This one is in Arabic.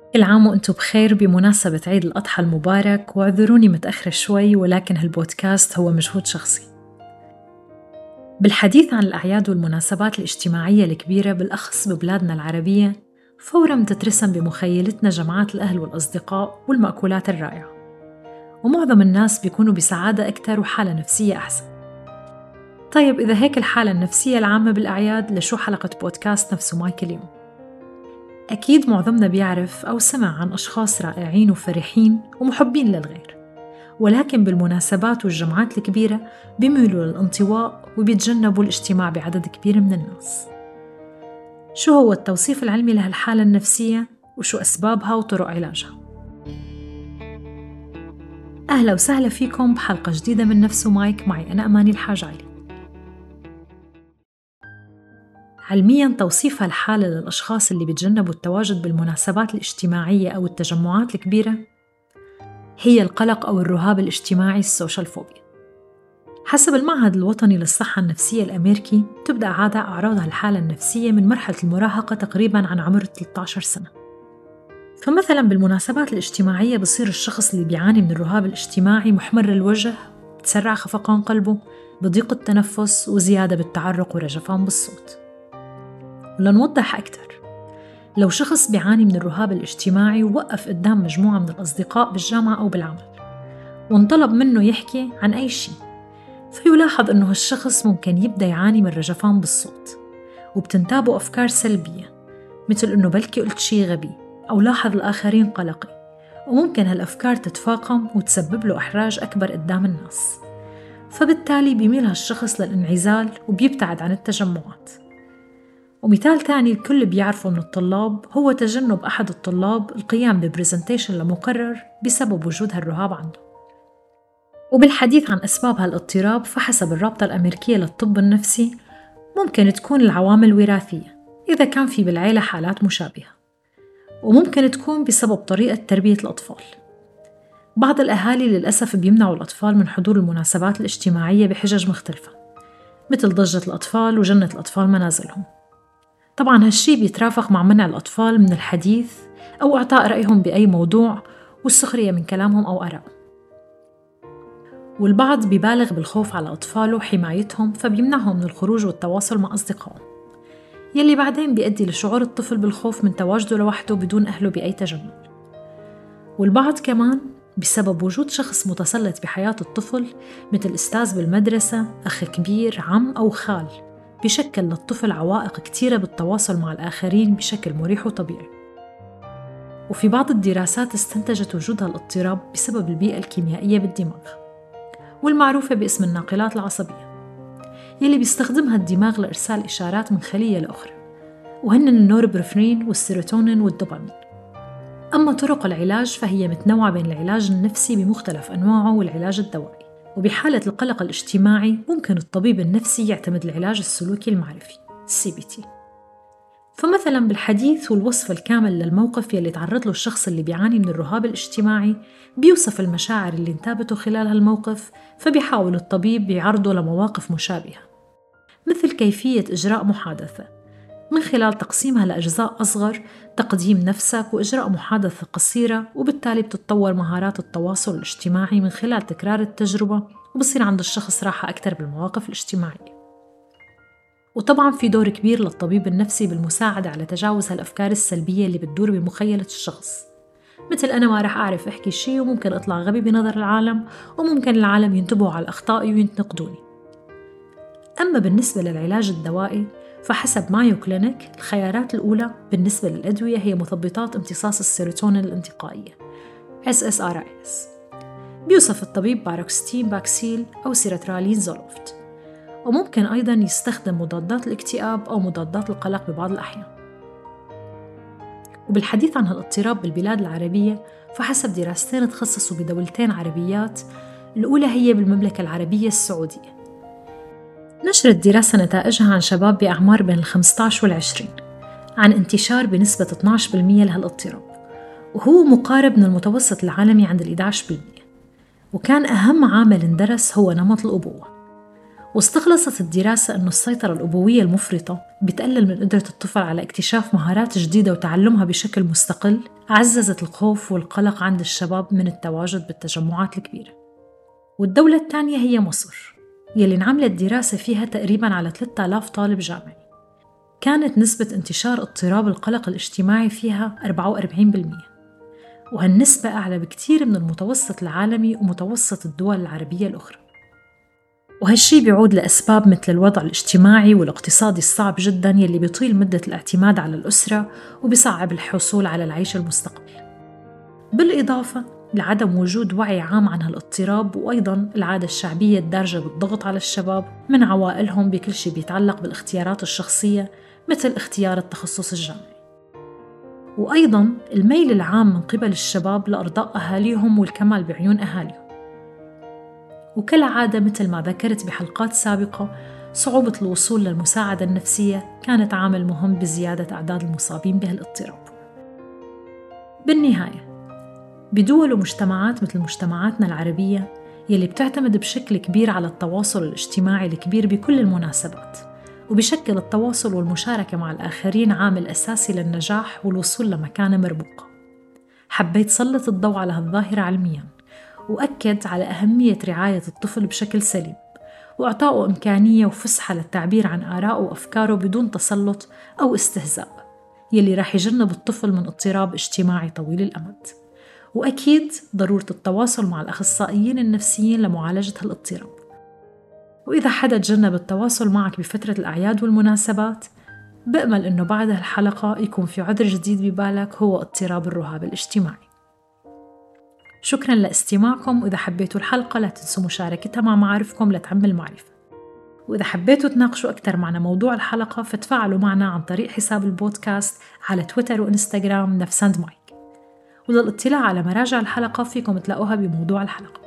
كل عام وانتم بخير بمناسبة عيد الأضحى المبارك، واعذروني متأخرة شوي، ولكن هالبودكاست هو مجهود شخصي. بالحديث عن الأعياد والمناسبات الاجتماعية الكبيرة بالأخص ببلادنا العربية، فوراً تترسم بمخيلتنا جمعات الأهل والأصدقاء والمأكولات الرائعة، ومعظم الناس بيكونوا بسعادة أكتر وحالة نفسية أحسن. طيب إذا هيك الحالة النفسية العامة بالأعياد، لشو حلقة بودكاست نفسه مايك اليوم؟ أكيد معظمنا بيعرف أو سمع عن أشخاص رائعين وفرحين ومحبين للغير، ولكن بالمناسبات والجمعات الكبيرة بيميلوا للانطواء وبيتجنبوا الاجتماع بعدد كبير من الناس. شو هو التوصيف العلمي لهالحالة النفسية وشو أسبابها وطرق علاجها؟ أهلا وسهلا فيكم بحلقة جديدة من نفسه مايك، معي أنا أماني الحاج علي. علمياً توصيف هالحالة للأشخاص اللي بيتجنبوا التواجد بالمناسبات الاجتماعية أو التجمعات الكبيرة هي القلق أو الرهاب الاجتماعي، السوشيال فوبيا. حسب المعهد الوطني للصحة النفسية الأمريكي، تبدأ عادة أعراض هالحالة النفسية من مرحلة المراهقة تقريباً عن عمر 13 سنة. فمثلاً بالمناسبات الاجتماعية بصير الشخص اللي بيعاني من الرهاب الاجتماعي محمر الوجه، بتسرع خفقان قلبه، بضيق التنفس، وزيادة بالتعرق ورجفان بالصوت. لنوضح أكثر، لو شخص بيعاني من الرهاب الاجتماعي ووقف قدام مجموعة من الأصدقاء بالجامعة أو بالعمل وانطلب منه يحكي عن أي شيء، فيلاحظ أنه هالشخص ممكن يبدأ يعاني من رجفان بالصوت، وبتنتابه أفكار سلبية مثل أنه بلكي قلت شيء غبي أو لاحظ الآخرين قلقي، وممكن هالأفكار تتفاقم وتسبب له إحراج أكبر قدام الناس. فبالتالي بيميل هالشخص للانعزال وبيبتعد عن التجمعات. ومثال تاني الكل بيعرفه من الطلاب هو تجنب أحد الطلاب القيام ببرزنتيشن لمقرر بسبب وجود هالرهاب عنده. وبالحديث عن أسباب هالاضطراب، فحسب الرابطة الأمريكية للطب النفسي ممكن تكون العوامل وراثية إذا كان في بالعيلة حالات مشابهة، وممكن تكون بسبب طريقة تربية الأطفال. بعض الأهالي للأسف بيمنعوا الأطفال من حضور المناسبات الاجتماعية بحجج مختلفة، مثل ضجة الأطفال وجنة الأطفال منازلهم. طبعاً هالشي بيترافق مع منع الأطفال من الحديث أو إعطاء رأيهم بأي موضوع والسخرية من كلامهم أو آرائهم. والبعض بيبالغ بالخوف على أطفاله وحمايتهم، فبيمنعهم من الخروج والتواصل مع أصدقائهم، يلي بعدين بيؤدي لشعور الطفل بالخوف من تواجده لوحده بدون أهله بأي تجمع. والبعض كمان بسبب وجود شخص متسلط بحياة الطفل مثل أستاذ بالمدرسة، أخ كبير، عم أو خال، بشكل للطفل عوائق كتيرة بالتواصل مع الآخرين بشكل مريح وطبيعي. وفي بعض الدراسات استنتجت وجود هالاضطراب بسبب البيئة الكيميائية بالدماغ والمعروفة باسم الناقلات العصبية، يلي بيستخدمها الدماغ لإرسال إشارات من خلية لأخرى، وهن النوربرفرين والسيروتونين والدوبامين. أما طرق العلاج فهي متنوعة بين العلاج النفسي بمختلف أنواعه والعلاج الدوائي. وبحالة القلق الاجتماعي ممكن الطبيب النفسي يعتمد العلاج السلوكي المعرفي CBT. فمثلا بالحديث والوصف الكامل للموقف يلي تعرض له الشخص اللي بيعاني من الرهاب الاجتماعي، بيوصف المشاعر اللي انتابته خلال هالموقف، فبيحاول الطبيب بيعرضه لمواقف مشابهة، مثل كيفية إجراء محادثة من خلال تقسيمها لأجزاء أصغر، تقديم نفسك، وإجراء محادثة قصيرة، وبالتالي بتتطور مهارات التواصل الاجتماعي من خلال تكرار التجربة، وبصير عند الشخص راحة أكثر بالمواقف الاجتماعية. وطبعاً في دور كبير للطبيب النفسي بالمساعدة على تجاوز هالأفكار السلبية اللي بتدور بمخيلة الشخص، مثل أنا ما رح أعرف أحكي شيء وممكن أطلع غبي بنظر العالم، وممكن العالم ينتبهوا على أخطائي وينتقدوني. أما بالنسبة للعلاج الدوائي فحسب مايو كلينيك، الخيارات الأولى بالنسبة للأدوية هي مثبطات امتصاص السيروتونين الانتقائية SSRIs، بيوصف الطبيب باروكستين باكسيل أو سيرترالين زولوفت، وممكن أيضاً يستخدم مضادات الاكتئاب أو مضادات القلق ببعض الأحيان. وبالحديث عن هالاضطراب بالبلاد العربية فحسب دراستين تخصصوا بدولتين عربيات، الأولى هي بالمملكة العربية السعودية، نشرت دراسة نتائجها عن شباب بأعمار بين 15 وال20 عن انتشار بنسبة 12% لهالاضطراب، وهو مقارب من المتوسط العالمي عند 11%. وكان أهم عامل اندرس هو نمط الأبوة، واستخلصت الدراسة أنه السيطرة الأبوية المفرطة بتقلل من قدرة الطفل على اكتشاف مهارات جديدة وتعلمها بشكل مستقل، عززت الخوف والقلق عند الشباب من التواجد بالتجمعات الكبيرة. والدولة الثانية هي مصر، يلي انعملت دراسة فيها تقريباً على 3000 طالب جامعي. كانت نسبة انتشار اضطراب القلق الاجتماعي فيها 44%، وهالنسبة أعلى بكتير من المتوسط العالمي ومتوسط الدول العربية الأخرى. وهالشي بيعود لأسباب مثل الوضع الاجتماعي والاقتصادي الصعب جداً يلي بيطيل مدة الاعتماد على الأسرة وبيصعب الحصول على العيش المستقبل، بالإضافة لعدم وجود وعي عام عن هالاضطراب، وأيضاً العادة الشعبية الدارجة بالضغط على الشباب من عوائلهم بكل شي بيتعلق بالاختيارات الشخصية مثل اختيار التخصص الجامعي، وأيضاً الميل العام من قبل الشباب لأرضاء أهاليهم والكمال بعيون أهاليهم. وكالعادة مثل ما ذكرت بحلقات سابقة، صعوبة الوصول للمساعدة النفسية كانت عامل مهم بزيادة أعداد المصابين بهالاضطراب. بالنهاية، بدول ومجتمعات مثل مجتمعاتنا العربية يلي بتعتمد بشكل كبير على التواصل الاجتماعي الكبير بكل المناسبات، وبشكل التواصل والمشاركة مع الآخرين عامل أساسي للنجاح والوصول لمكانة مرموقة، حبيت سلط الضوء على هالظاهرة علمياً، وأكد على أهمية رعاية الطفل بشكل سليم وإعطائه إمكانية وفسحة للتعبير عن آرائه وأفكاره بدون تسلط أو استهزاء، يلي راح يجنب الطفل من اضطراب اجتماعي طويل الأمد. وأكيد ضرورة التواصل مع الأخصائيين النفسيين لمعالجة هالاضطراب. وإذا حدا تجنب التواصل معك بفترة الأعياد والمناسبات، بأمل إنه بعد هالحلقة يكون في عذر جديد ببالك هو اضطراب الرهاب الاجتماعي. شكراً لاستماعكم، وإذا حبيتوا الحلقة لا تنسوا مشاركتها مع معارفكم لتعم المعرفة. وإذا حبيتوا تناقشوا أكثر معنا موضوع الحلقة فتفاعلوا معنا عن طريق حساب البودكاست على تويتر وإنستغرام نفس ساند مايك. وللاطلاع على مراجع الحلقة فيكم تلاقوها بموضوع الحلقة.